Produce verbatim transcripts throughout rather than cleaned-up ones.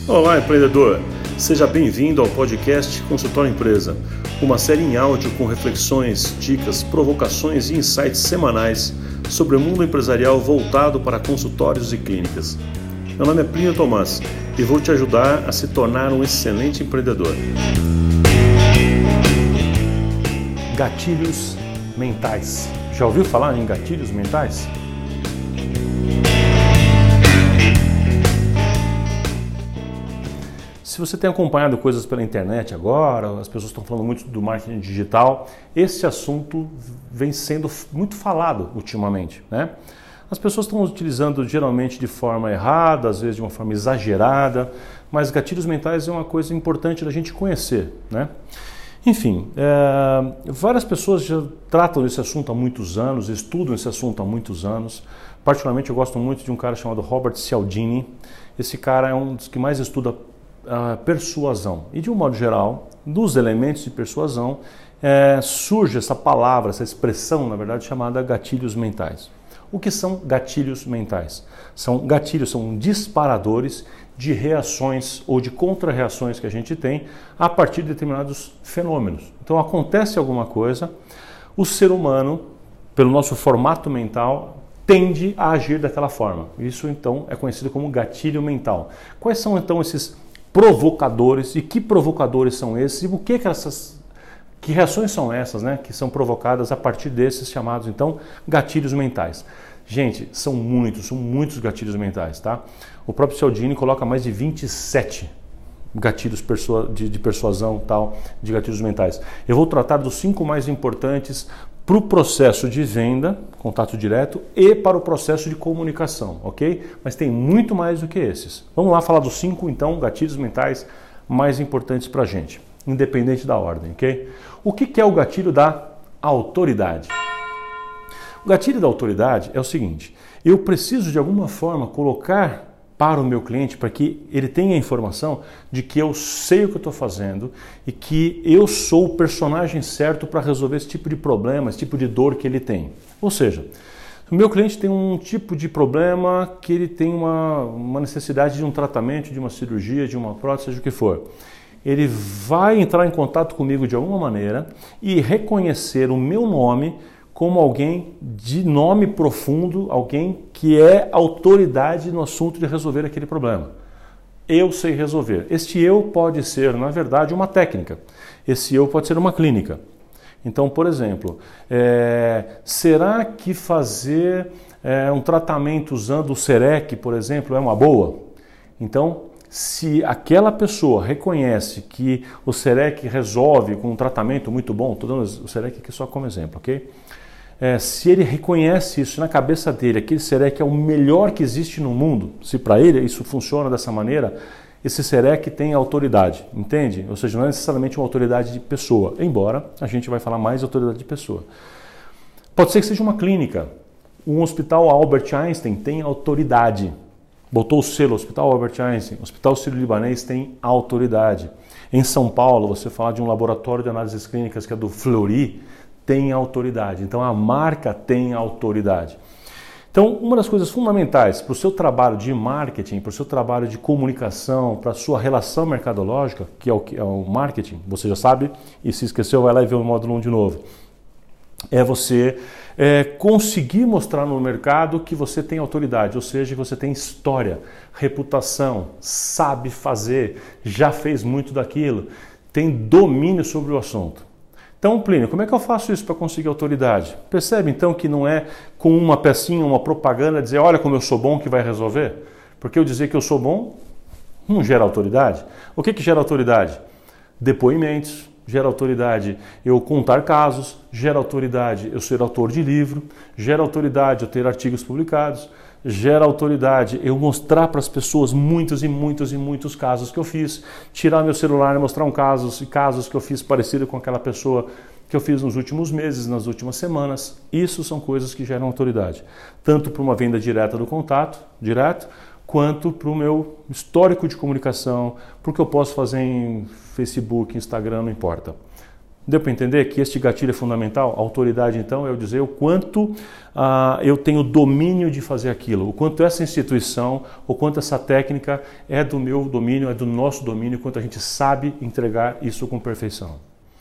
Olá, empreendedor! Seja bem-vindo ao podcast Consultório Empresa, uma série em áudio com reflexões, dicas, provocações e insights semanais sobre o mundo empresarial voltado para consultórios e clínicas. Meu nome é Plínio Tomás e vou te ajudar a se tornar um excelente empreendedor. Gatilhos mentais. Já ouviu falar em gatilhos mentais? Se você tem acompanhado coisas pela internet agora, as pessoas estão falando muito do marketing digital, esse assunto vem sendo muito falado ultimamente, né? As pessoas estão utilizando geralmente de forma errada, às vezes de uma forma exagerada, mas gatilhos mentais é uma coisa importante da gente conhecer, né? Enfim, é, várias pessoas já tratam desse assunto há muitos anos, estudam esse assunto há muitos anos. Particularmente eu gosto muito de um cara chamado Robert Cialdini. Esse cara é um dos que mais estuda a persuasão. E de um modo geral, dos elementos de persuasão, é, surge essa palavra, essa expressão, na verdade, chamada gatilhos mentais. O que são gatilhos mentais? São gatilhos, são disparadores de reações ou de contra-reações que a gente tem a partir de determinados fenômenos. Então acontece alguma coisa, o ser humano, pelo nosso formato mental, tende a agir daquela forma. Isso então é conhecido como gatilho mental. Quais são então esses provocadores e que provocadores são esses e o que, que essas que reações são essas, né, que são provocadas a partir desses chamados então gatilhos mentais? Gente, são muitos, são muitos gatilhos mentais, tá? O próprio Cialdini coloca mais de vinte e sete gatilhos de, de persuasão, tal, de gatilhos mentais. Eu vou tratar dos cinco mais importantes para o processo de venda, contato direto, e para o processo de comunicação, ok? Mas tem muito mais do que esses. Vamos lá falar dos cinco, então, gatilhos mentais mais importantes para a gente, independente da ordem, ok? O que é o gatilho da autoridade? O gatilho da autoridade é o seguinte: eu preciso de alguma forma colocar para o meu cliente, para que ele tenha a informação de que eu sei o que eu estou fazendo e que eu sou o personagem certo para resolver esse tipo de problema, esse tipo de dor que ele tem. Ou seja, o meu cliente tem um tipo de problema que ele tem uma, uma necessidade de um tratamento, de uma cirurgia, de uma prótese, seja o que for. Ele vai entrar em contato comigo de alguma maneira e reconhecer o meu nome como alguém de nome profundo, alguém que é autoridade no assunto de resolver aquele problema. Eu sei resolver. Este eu pode ser, na verdade, uma técnica. Esse eu pode ser uma clínica. Então, por exemplo, é, será que fazer é, um tratamento usando o Serec, por exemplo, é uma boa? Então, se aquela pessoa reconhece que o Serec resolve com um tratamento muito bom, estou dando o Serec aqui só como exemplo, ok? É, se ele reconhece isso na cabeça dele, aquele Serec é o melhor que existe no mundo, se para ele isso funciona dessa maneira, esse Serec tem autoridade, entende? Ou seja, não é necessariamente uma autoridade de pessoa, embora a gente vai falar mais de autoridade de pessoa. Pode ser que seja uma clínica. Um hospital Albert Einstein tem autoridade. Botou o selo, Hospital Albert Einstein, Hospital Sírio-Libanês tem autoridade. Em São Paulo, você fala de um laboratório de análises clínicas que é do Fleury, tem autoridade. Então a marca tem autoridade. Então uma das coisas fundamentais para o seu trabalho de marketing, para o seu trabalho de comunicação, para a sua relação mercadológica, que é o, é o marketing, você já sabe, e se esqueceu vai lá e vê o módulo um de novo, é você é, conseguir mostrar no mercado que você tem autoridade, ou seja, que você tem história, reputação, sabe fazer, já fez muito daquilo, tem domínio sobre o assunto. Então, Plínio, como é que eu faço isso para conseguir autoridade? Percebe então que não é com uma pecinha, uma propaganda, dizer olha como eu sou bom que vai resolver? Porque eu dizer que eu sou bom não gera autoridade. O que que gera autoridade? Depoimentos, gera autoridade eu contar casos, gera autoridade eu ser autor de livro, gera autoridade eu ter artigos publicados, gera autoridade eu mostrar para as pessoas muitos e muitos e muitos casos que eu fiz, tirar meu celular e mostrar um casos e casos que eu fiz parecido com aquela pessoa que eu fiz nos últimos meses, nas últimas semanas. Isso são coisas que geram autoridade, tanto para uma venda direta do contato, direto, quanto para o meu histórico de comunicação, porque eu posso fazer em Facebook, Instagram, não importa. Deu para entender que este gatilho é fundamental? A autoridade, então, é eu dizer o quanto ah, eu tenho domínio de fazer aquilo, o quanto essa instituição, o quanto essa técnica é do meu domínio, é do nosso domínio, o quanto a gente sabe entregar isso com perfeição.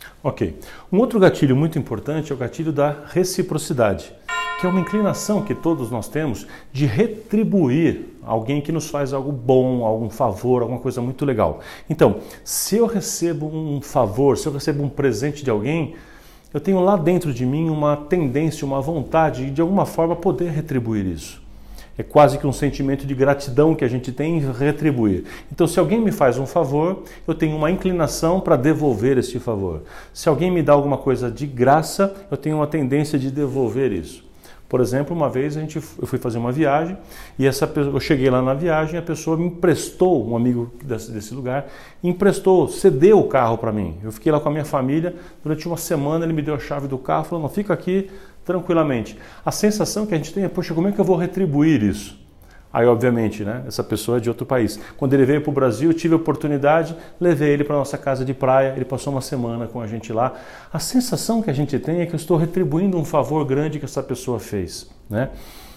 Ok. Um outro gatilho muito importante é o gatilho da reciprocidade, que é uma inclinação que todos nós temos de retribuir alguém que nos faz algo bom, algum favor, alguma coisa muito legal. Então, se eu recebo um favor, se eu recebo um presente de alguém, eu tenho lá dentro de mim uma tendência, uma vontade de, de alguma forma, poder retribuir isso. É quase que um sentimento de gratidão que a gente tem em retribuir. Então, se alguém me faz um favor, eu tenho uma inclinação para devolver esse favor. Se alguém me dá alguma coisa de graça, eu tenho uma tendência de devolver isso. Por exemplo, uma vez a gente, eu fui fazer uma viagem e essa, eu cheguei lá na viagem e a pessoa me emprestou, um amigo desse, desse lugar, emprestou, cedeu o carro para mim. Eu fiquei lá com a minha família, durante uma semana ele me deu a chave do carro, falou, não, fica aqui tranquilamente. A sensação que a gente tem é, poxa, como é que eu vou retribuir isso? Aí, obviamente, né, essa pessoa é de outro país. Quando ele veio para o Brasil, eu tive a oportunidade, levei ele para a nossa casa de praia, ele passou uma semana com a gente lá. A sensação que a gente tem é que eu estou retribuindo um favor grande que essa pessoa fez, né?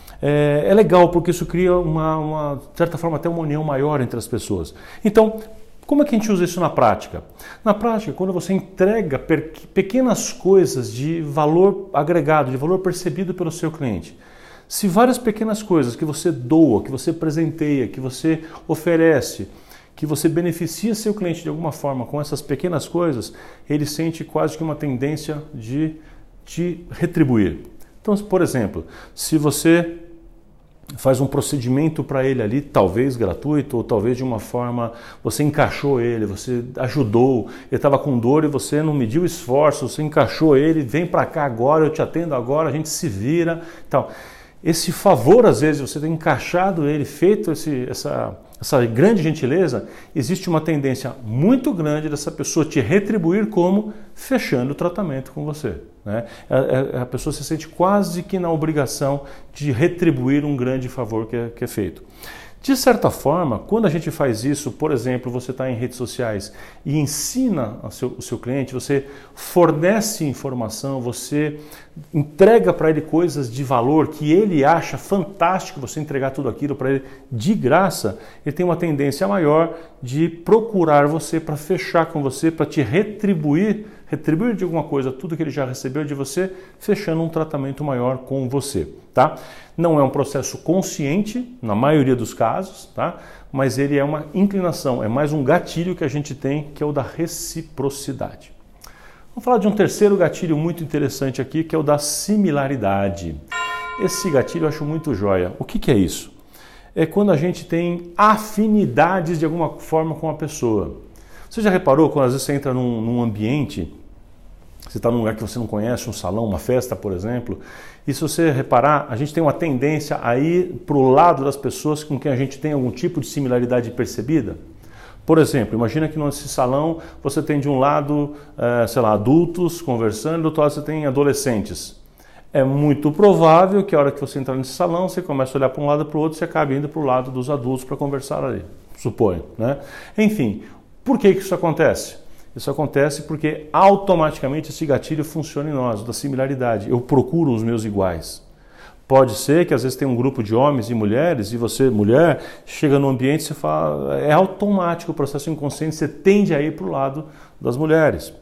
É, é legal porque isso cria, uma, uma, de certa forma, até uma união maior entre as pessoas. Então, como é que a gente usa isso na prática? Na prática, quando você entrega pequenas coisas de valor agregado, de valor percebido pelo seu cliente, se várias pequenas coisas que você doa, que você presenteia, que você oferece, que você beneficia seu cliente de alguma forma com essas pequenas coisas, ele sente quase que uma tendência de te retribuir. Então, por exemplo, se você faz um procedimento para ele ali, talvez gratuito, ou talvez de uma forma, você encaixou ele, você ajudou, ele estava com dor e você não mediu esforço, você encaixou ele, vem para cá agora, eu te atendo agora, a gente se vira, tal. Esse favor, às vezes, você tem encaixado ele, feito esse, essa, essa grande gentileza, existe uma tendência muito grande dessa pessoa te retribuir como fechando o tratamento com você, né? A, a, a pessoa se sente quase que na obrigação de retribuir um grande favor que é, que é feito. De certa forma, quando a gente faz isso, por exemplo, você está em redes sociais e ensina o seu, o seu cliente, você fornece informação, você entrega para ele coisas de valor que ele acha fantástico você entregar tudo aquilo para ele de graça, ele tem uma tendência maior de procurar você para fechar com você, para te retribuir, retribuir de alguma coisa tudo que ele já recebeu de você, fechando um tratamento maior com você, tá? Não é um processo consciente, na maioria dos casos, tá? Mas ele é uma inclinação, é mais um gatilho que a gente tem, que é o da reciprocidade. Vamos falar de um terceiro gatilho muito interessante aqui, que é o da similaridade. Esse gatilho eu acho muito joia. O que, que é isso? É quando a gente tem afinidades de alguma forma com a pessoa. Você já reparou quando às vezes você entra num, num ambiente, você está num lugar que você não conhece, um salão, uma festa, por exemplo, e se você reparar, a gente tem uma tendência a ir para o lado das pessoas com quem a gente tem algum tipo de similaridade percebida? Por exemplo, imagina que nesse salão você tem de um lado, é, sei lá, adultos conversando, do outro lado você tem adolescentes. É muito provável que a hora que você entrar nesse salão, você começa a olhar para um lado e para o outro, você acaba indo para o lado dos adultos para conversar ali, suponho, né? Enfim, por que que isso acontece? Isso acontece porque automaticamente esse gatilho funciona em nós, da similaridade. Eu procuro os meus iguais. Pode ser que às vezes tem um grupo de homens e mulheres e você, mulher, chega no ambiente e você fala, é automático o processo inconsciente, você tende a ir para o lado das mulheres.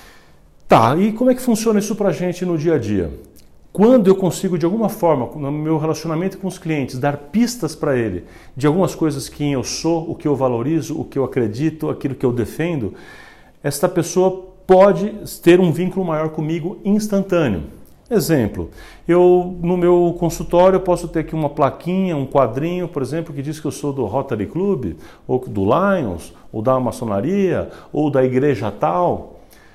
Tá, e como é que funciona isso para a gente no dia a dia? Quando eu consigo, de alguma forma, no meu relacionamento com os clientes, dar pistas para ele de algumas coisas que eu sou, o que eu valorizo, o que eu acredito, aquilo que eu defendo, esta pessoa pode ter um vínculo maior comigo instantâneo. Exemplo, eu no meu consultório eu posso ter aqui uma plaquinha, um quadrinho, por exemplo, que diz que eu sou do Rotary Club, ou do Lions, ou da maçonaria, ou da igreja tal.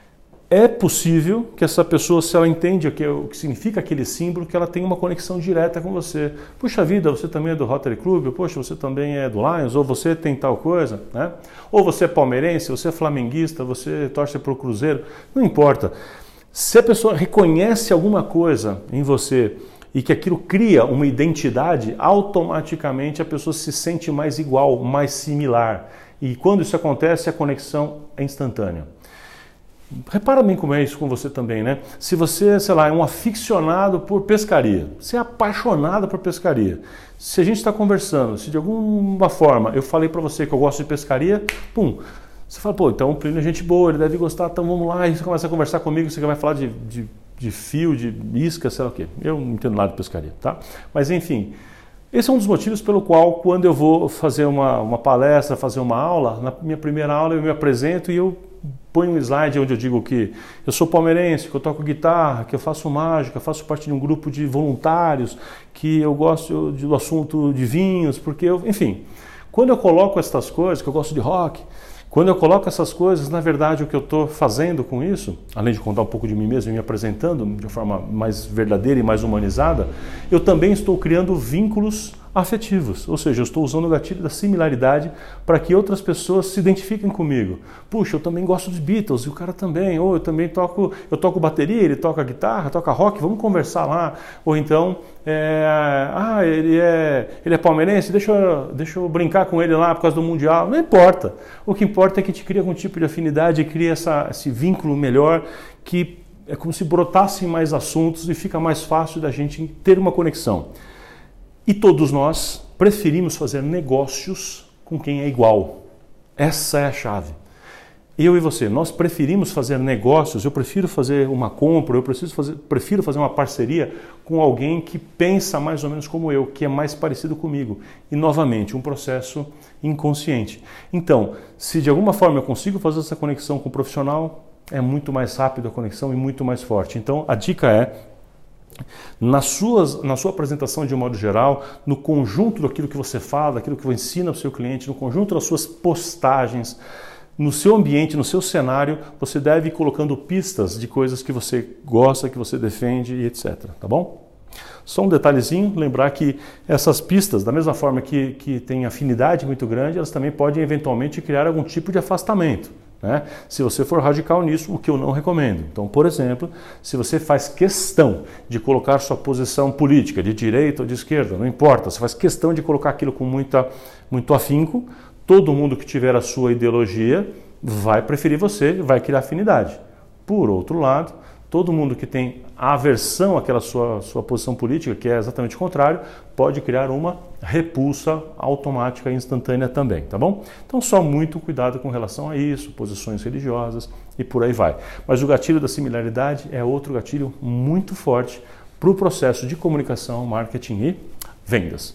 É possível que essa pessoa, se ela entende o que, o que significa aquele símbolo, que ela tenha uma conexão direta com você. Puxa vida, você também é do Rotary Club, poxa, você também é do Lions, ou você tem tal coisa, né? Ou você é palmeirense, você é flamenguista, você torce para o Cruzeiro, não importa. Se a pessoa reconhece alguma coisa em você e que aquilo cria uma identidade, automaticamente a pessoa se sente mais igual, mais similar. E quando isso acontece, a conexão é instantânea. Repara bem como é isso com você também, né? Se você, sei lá, é um aficionado por pescaria, você é apaixonado por pescaria, se a gente está conversando, se de alguma forma eu falei para você que eu gosto de pescaria, pum, você fala, pô, então o Plínio é gente boa, ele deve gostar, então vamos lá, e você começa a conversar comigo, você vai falar de, de, de fio, de isca, sei lá o quê. Eu não entendo nada de pescaria, tá? Mas enfim, esse é um dos motivos pelo qual, quando eu vou fazer uma, uma palestra, fazer uma aula, na minha primeira aula eu me apresento e eu ponho um slide onde eu digo que eu sou palmeirense, que eu toco guitarra, que eu faço mágica, eu faço parte de um grupo de voluntários, que eu gosto do assunto de vinhos, porque eu, enfim, quando eu coloco essas coisas, que eu gosto de rock, quando eu coloco essas coisas, na verdade o que eu estou fazendo com isso, além de contar um pouco de mim mesmo e me apresentando de uma forma mais verdadeira e mais humanizada, eu também estou criando vínculos afetivos, ou seja, eu estou usando o gatilho da similaridade para que outras pessoas se identifiquem comigo. Puxa, eu também gosto dos Beatles e o cara também, ou eu também toco, eu toco bateria, ele toca guitarra, toca rock, vamos conversar lá. Ou então, é, ah, ele é, ele é palmeirense, deixa eu, deixa eu brincar com ele lá por causa do Mundial. Não importa. O que importa é que a gente cria algum tipo de afinidade, cria essa, esse vínculo melhor, que é como se brotassem mais assuntos e fica mais fácil da gente ter uma conexão. E todos nós preferimos fazer negócios com quem é igual. Essa é a chave. Eu e você, nós preferimos fazer negócios, eu prefiro fazer uma compra, eu preciso fazer, prefiro fazer uma parceria com alguém que pensa mais ou menos como eu, que é mais parecido comigo. E, novamente, um processo inconsciente. Então, se de alguma forma eu consigo fazer essa conexão com o profissional, é muito mais rápido a conexão e muito mais forte. Então, a dica é, Nas suas, na sua apresentação de um modo geral, no conjunto daquilo que você fala, daquilo que você ensina para o seu cliente, no conjunto das suas postagens, no seu ambiente, no seu cenário, você deve ir colocando pistas de coisas que você gosta, que você defende e etcétera. Tá bom? Só um detalhezinho, lembrar que essas pistas, da mesma forma que, que tem afinidade muito grande, elas também podem eventualmente criar algum tipo de afastamento. Né? Se você for radical nisso, o que eu não recomendo. Então, por exemplo, se você faz questão de colocar sua posição política, de direita ou de esquerda, não importa, você faz questão de colocar aquilo com muita, muito afinco, todo mundo que tiver a sua ideologia vai preferir você, vai criar afinidade. Por outro lado, todo mundo que tem aversão àquela sua, sua posição política, que é exatamente o contrário, pode criar uma repulsa automática e instantânea também, tá bom? Então só muito cuidado com relação a isso, posições religiosas e por aí vai. Mas o gatilho da similaridade é outro gatilho muito forte para o processo de comunicação, marketing e vendas.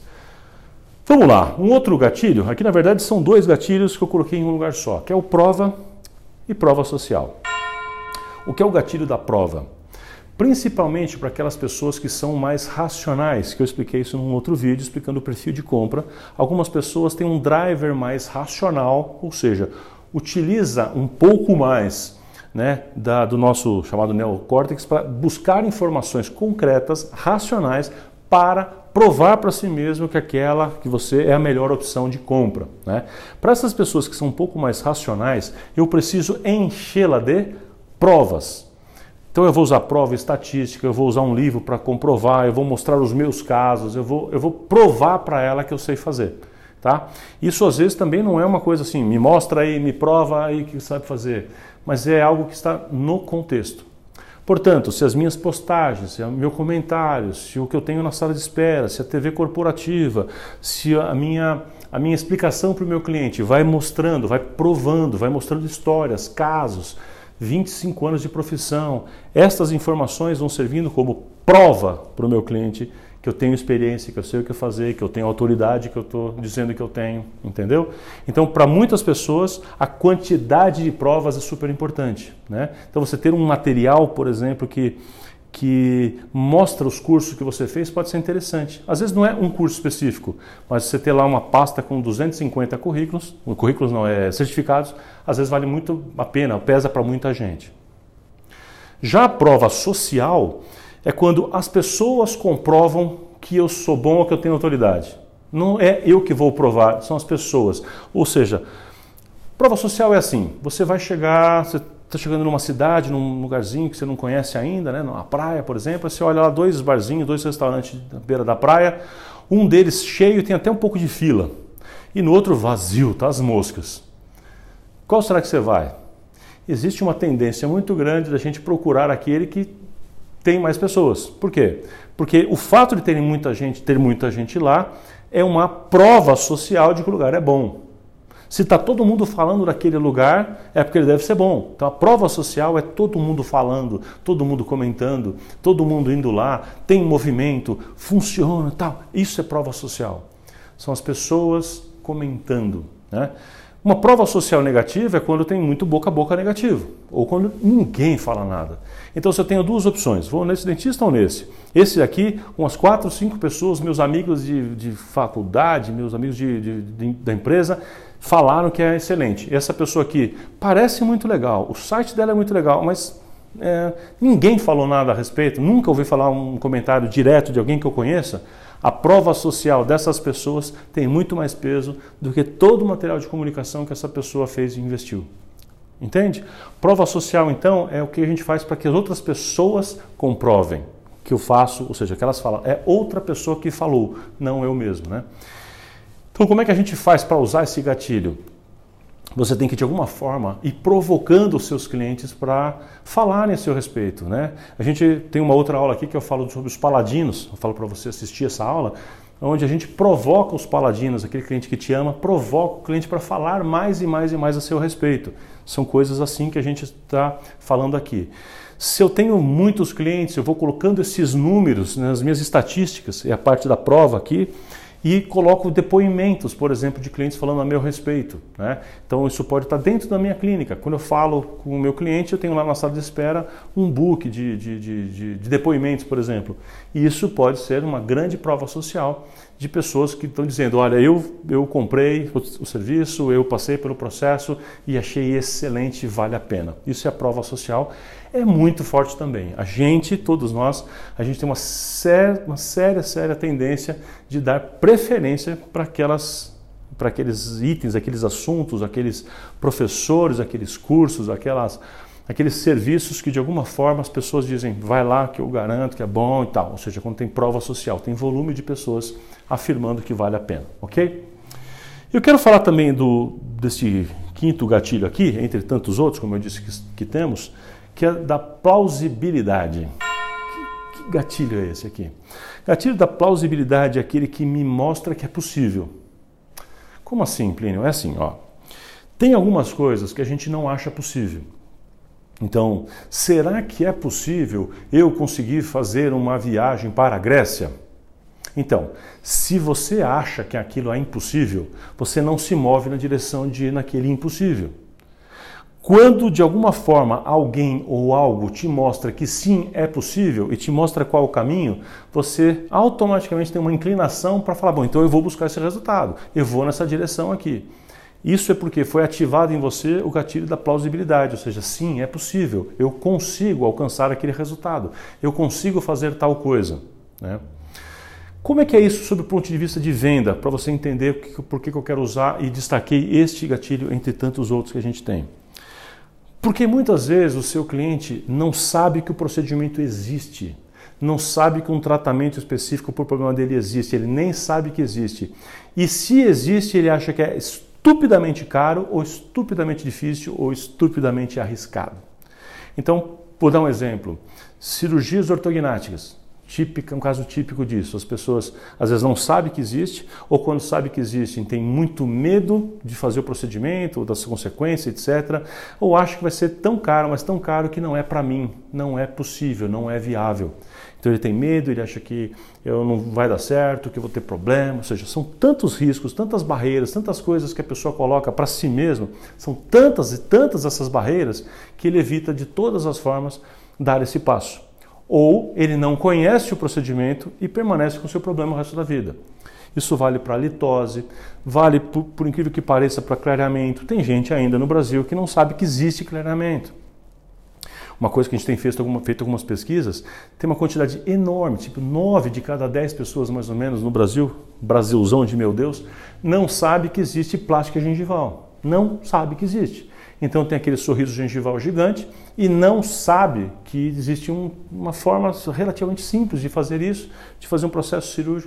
Vamos lá, um outro gatilho, aqui na verdade são dois gatilhos que eu coloquei em um lugar só, que é o prova e prova social. O que é o gatilho da prova? Principalmente para aquelas pessoas que são mais racionais, que eu expliquei isso num outro vídeo, explicando o perfil de compra. Algumas pessoas têm um driver mais racional, ou seja, utiliza um pouco mais, né, da, do nosso chamado neocórtex para buscar informações concretas, racionais, para provar para si mesmo que aquela que você é a melhor opção de compra. Né? Para essas pessoas que são um pouco mais racionais, eu preciso enchê-la de provas. Então eu vou usar prova estatística, eu vou usar um livro para comprovar, eu vou mostrar os meus casos, eu vou, eu vou provar para ela que eu sei fazer. Tá? Isso às vezes também não é uma coisa assim, me mostra aí, me prova aí que sabe fazer, mas é algo que está no contexto. Portanto, se as minhas postagens, se o meu comentário, se o que eu tenho na sala de espera, se a T V corporativa, se a minha, a minha explicação para o meu cliente vai mostrando, vai provando, vai mostrando histórias, casos, vinte e cinco anos de profissão, estas informações vão servindo como prova para o meu cliente que eu tenho experiência, que eu sei o que fazer, que eu tenho autoridade, que eu estou dizendo que eu tenho, entendeu? Então, para muitas pessoas, a quantidade de provas é super importante, né? Então, você ter um material, por exemplo, que, que mostra os cursos que você fez pode ser interessante. Às vezes não é um curso específico, mas você ter lá uma pasta com duzentos e cinquenta currículos, currículos não, é certificados, às vezes vale muito a pena, pesa para muita gente. Já a prova social é quando as pessoas comprovam que eu sou bom ou que eu tenho autoridade. Não é eu que vou provar, são as pessoas. Ou seja, prova social é assim, você vai chegar, você está chegando numa cidade, num lugarzinho que você não conhece ainda, né, numa praia, por exemplo, você olha lá dois barzinhos, dois restaurantes na beira da praia, um deles cheio e tem até um pouco de fila, e no outro vazio, tá as moscas. Qual será que você vai? existe uma tendência muito grande da gente procurar aquele que tem mais pessoas. Por quê? Porque o fato de ter muita gente, ter muita gente lá é uma prova social de que o lugar é bom. Se está todo mundo falando daquele lugar, é porque ele deve ser bom. Então a prova social é todo mundo falando, todo mundo comentando, todo mundo indo lá, tem movimento, funciona, tal. Isso é prova social. São as pessoas comentando, né? Uma prova social negativa é quando tem muito boca a boca negativo, ou quando ninguém fala nada. Então, se eu tenho duas opções, vou nesse dentista ou nesse? Esse aqui, umas quatro, cinco pessoas, meus amigos de, de faculdade, meus amigos de, de, de, da empresa, falaram que é excelente. E essa pessoa aqui parece muito legal, o site dela é muito legal, mas é, ninguém falou nada a respeito, nunca ouvi falar um comentário direto de alguém que eu conheça. A prova social dessas pessoas tem muito mais peso do que todo o material de comunicação que essa pessoa fez e investiu. Entende? Prova social, então, é o que a gente faz para que as outras pessoas comprovem que eu faço, ou seja, que elas falam. É outra pessoa que falou, não eu mesmo, né? Então, como é que a gente faz para usar esse gatilho? Você tem que, de alguma forma, ir provocando os seus clientes para falarem a seu respeito, né? A gente tem uma outra aula aqui que eu falo sobre os paladinos, eu falo para você assistir essa aula, onde a gente provoca os paladinos, aquele cliente que te ama, provoca o cliente para falar mais e mais e mais a seu respeito. São coisas assim que a gente está falando aqui. Se eu tenho muitos clientes, eu vou colocando esses números nas minhas estatísticas, é a parte da prova aqui, e coloco depoimentos, por exemplo, de clientes falando a meu respeito, né? Então isso pode estar dentro da minha clínica. Quando eu falo com o meu cliente, eu tenho lá na sala de espera um book de, de, de, de, de depoimentos, por exemplo. E isso pode ser uma grande prova social de pessoas que estão dizendo, olha, eu, eu comprei o, o serviço, eu passei pelo processo e achei excelente, vale a pena. Isso é a prova social. É muito forte também. A gente, todos nós, a gente tem uma, séria, uma séria, séria tendência de dar preferência para aquelas, para aqueles itens, aqueles assuntos, aqueles professores, aqueles cursos, aquelas, aqueles serviços que de alguma forma as pessoas dizem, vai lá que eu garanto que é bom e tal. Ou seja, quando tem prova social, tem volume de pessoas afirmando que vale a pena, ok? Eu quero falar também do, desse quinto gatilho aqui, entre tantos outros, como eu disse que, que temos, que é da plausibilidade. Que, que gatilho é esse aqui? Gatilho da plausibilidade é aquele que me mostra que é possível. Como assim, Plínio? É assim, ó. Tem algumas coisas que a gente não acha possível. Então, será que é possível eu conseguir fazer uma viagem para a Grécia? Então, se você acha que aquilo é impossível, você não se move na direção de ir naquele impossível. Quando, de alguma forma, alguém ou algo te mostra que sim, é possível e te mostra qual é o caminho, você automaticamente tem uma inclinação para falar, bom, então eu vou buscar esse resultado, eu vou nessa direção aqui. Isso é porque foi ativado em você o gatilho da plausibilidade, ou seja, sim, é possível, eu consigo alcançar aquele resultado, eu consigo fazer tal coisa, né? Como é que é isso sob o ponto de vista de venda, para você entender por que eu quero usar e destaquei este gatilho entre tantos outros que a gente tem? Porque muitas vezes o seu cliente não sabe que o procedimento existe, não sabe que um tratamento específico para o problema dele existe, ele nem sabe que existe. E se existe, ele acha que é estupidamente caro, ou estupidamente difícil, ou estupidamente arriscado. Então, vou dar um exemplo. Cirurgias ortognáticas. Típica, um caso típico disso. As pessoas às vezes não sabem que existe, ou quando sabem que existe, têm muito medo de fazer o procedimento, ou das consequências, etcétera. Ou acham que vai ser tão caro, mas tão caro que não é para mim, não é possível, não é viável. Então ele tem medo, ele acha que eu não vai dar certo, que eu vou ter problema. Ou seja, são tantos riscos, tantas barreiras, tantas coisas que a pessoa coloca para si mesmo, são tantas e tantas essas barreiras que ele evita de todas as formas dar esse passo. Ou ele não conhece o procedimento e permanece com o seu problema o resto da vida. Isso vale para litose, vale, por, por incrível que pareça, para clareamento. Tem gente ainda no Brasil que não sabe que existe clareamento. Uma coisa que a gente tem feito, alguma, feito algumas pesquisas, tem uma quantidade enorme, tipo nove de cada dez pessoas mais ou menos no Brasil, Brasilzão de meu Deus, não sabe que existe plástica gengival. Não sabe que existe. Então tem aquele sorriso gengival gigante e não sabe que existe um, uma forma relativamente simples de fazer isso, de fazer um processo cirúrgico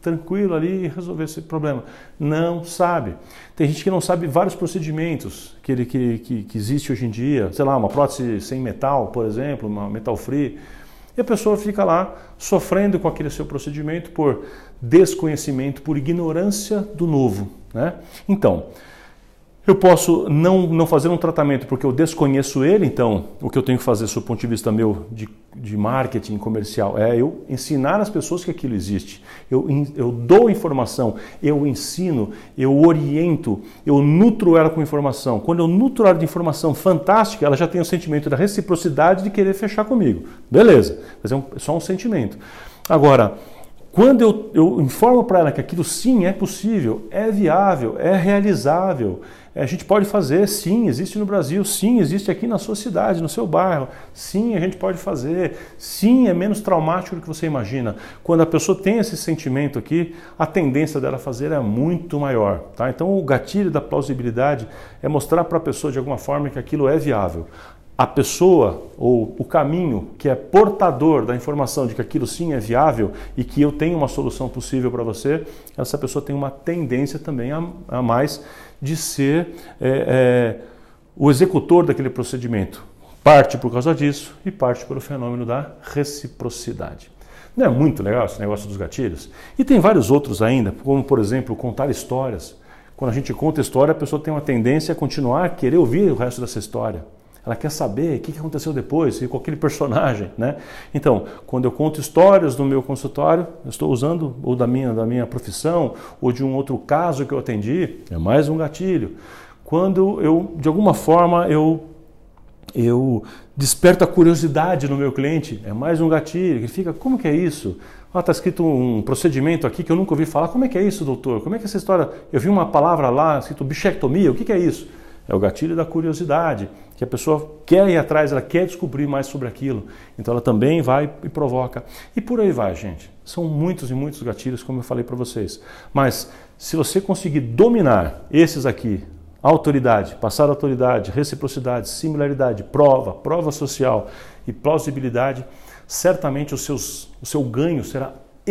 tranquilo ali e resolver esse problema. Não sabe. Tem gente que não sabe vários procedimentos que, ele, que, que, que existe hoje em dia, sei lá, uma prótese sem metal, por exemplo, uma metal free, e a pessoa fica lá sofrendo com aquele seu procedimento por desconhecimento, por ignorância do novo, né? Então, eu posso não, não fazer um tratamento porque eu desconheço ele, então o que eu tenho que fazer, do ponto de vista meu de, de marketing comercial, é eu ensinar as pessoas que aquilo existe. Eu, eu dou informação, eu ensino, eu oriento, eu nutro ela com informação. Quando eu nutro ela de informação fantástica, ela já tem o sentimento da reciprocidade de querer fechar comigo. Beleza, mas é, um, é só um sentimento. Agora, quando eu, eu informo para ela que aquilo sim é possível, é viável, é realizável, a gente pode fazer, sim, existe no Brasil, sim, existe aqui na sua cidade, no seu bairro, sim, a gente pode fazer, sim, é menos traumático do que você imagina. Quando a pessoa tem esse sentimento aqui, a tendência dela fazer é muito maior, tá? Então o gatilho da plausibilidade é mostrar para a pessoa de alguma forma que aquilo é viável. A pessoa ou o caminho que é portador da informação de que aquilo sim é viável e que eu tenho uma solução possível para você, essa pessoa tem uma tendência também a, a mais de ser é, é, o executor daquele procedimento. Parte por causa disso e parte pelo fenômeno da reciprocidade. Não é muito legal esse negócio dos gatilhos? E tem vários outros ainda, como por exemplo, contar histórias. Quando a gente conta história, a pessoa tem uma tendência a continuar a querer ouvir o resto dessa história. Ela quer saber o que aconteceu depois, com aquele personagem, né? Então, quando eu conto histórias no meu consultório, eu estou usando ou da minha, da minha profissão, ou de um outro caso que eu atendi, é mais um gatilho. Quando eu, de alguma forma, eu, eu desperto a curiosidade no meu cliente, é mais um gatilho, que fica, como que é isso? Ah, está escrito um procedimento aqui que eu nunca ouvi falar, como é que é isso, doutor? Como é que é essa história? Eu vi uma palavra lá, escrito bichectomia, o que que é isso? É o gatilho da curiosidade, que a pessoa quer ir atrás, ela quer descobrir mais sobre aquilo. Então ela também vai e provoca. E por aí vai, gente. São muitos e muitos gatilhos, como eu falei para vocês. Mas se você conseguir dominar esses aqui, autoridade, passar autoridade, reciprocidade, similaridade, prova, prova social e plausibilidade, certamente os seus, o seu ganho será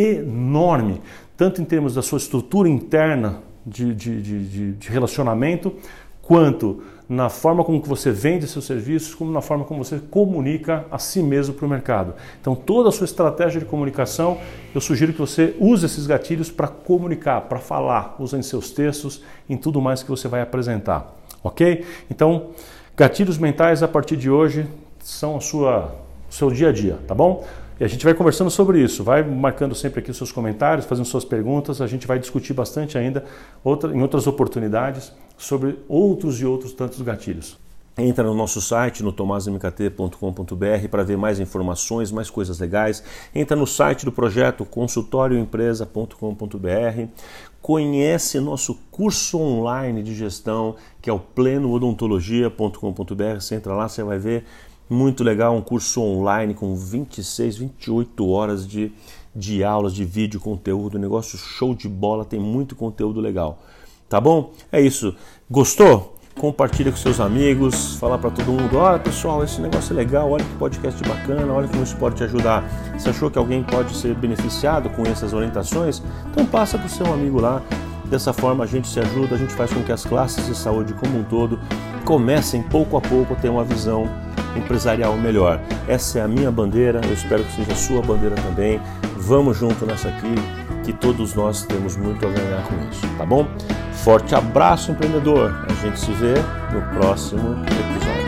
enorme, tanto em termos da sua estrutura interna de, de, de, de relacionamento, quanto na forma como você vende seus serviços, como na forma como você comunica a si mesmo para o mercado. Então toda a sua estratégia de comunicação, eu sugiro que você use esses gatilhos para comunicar, para falar, use em seus textos, em tudo mais que você vai apresentar, ok? Então, gatilhos mentais a partir de hoje são a sua, o seu dia a dia, tá bom? E a gente vai conversando sobre isso, vai marcando sempre aqui os seus comentários, fazendo suas perguntas, a gente vai discutir bastante ainda outra, em outras oportunidades sobre outros e outros tantos gatilhos. Entra no nosso site, no tomás m k t ponto com ponto b r, para ver mais informações, mais coisas legais. Entra no site do projeto consultório empresa ponto com ponto b r. Conhece nosso curso online de gestão, que é o pleno odontologia ponto com ponto b r. Você entra lá, você vai ver. Muito legal, um curso online com vinte e seis, vinte e oito horas de, de aulas, de vídeo, conteúdo, negócio show de bola, tem muito conteúdo legal. Tá bom? É isso. Gostou? Compartilha com seus amigos, fala para todo mundo, olha pessoal, esse negócio é legal, olha que podcast bacana, olha como isso pode te ajudar. Você achou que alguém pode ser beneficiado com essas orientações? Então passa para o seu amigo lá. Dessa forma a gente se ajuda, a gente faz com que as classes de saúde como um todo comecem pouco a pouco a ter uma visão empresarial melhor. Essa é a minha bandeira, eu espero que seja a sua bandeira também. Vamos junto nessa aqui, que todos nós temos muito a ganhar com isso, tá bom? Forte abraço, empreendedor. A gente se vê no próximo episódio.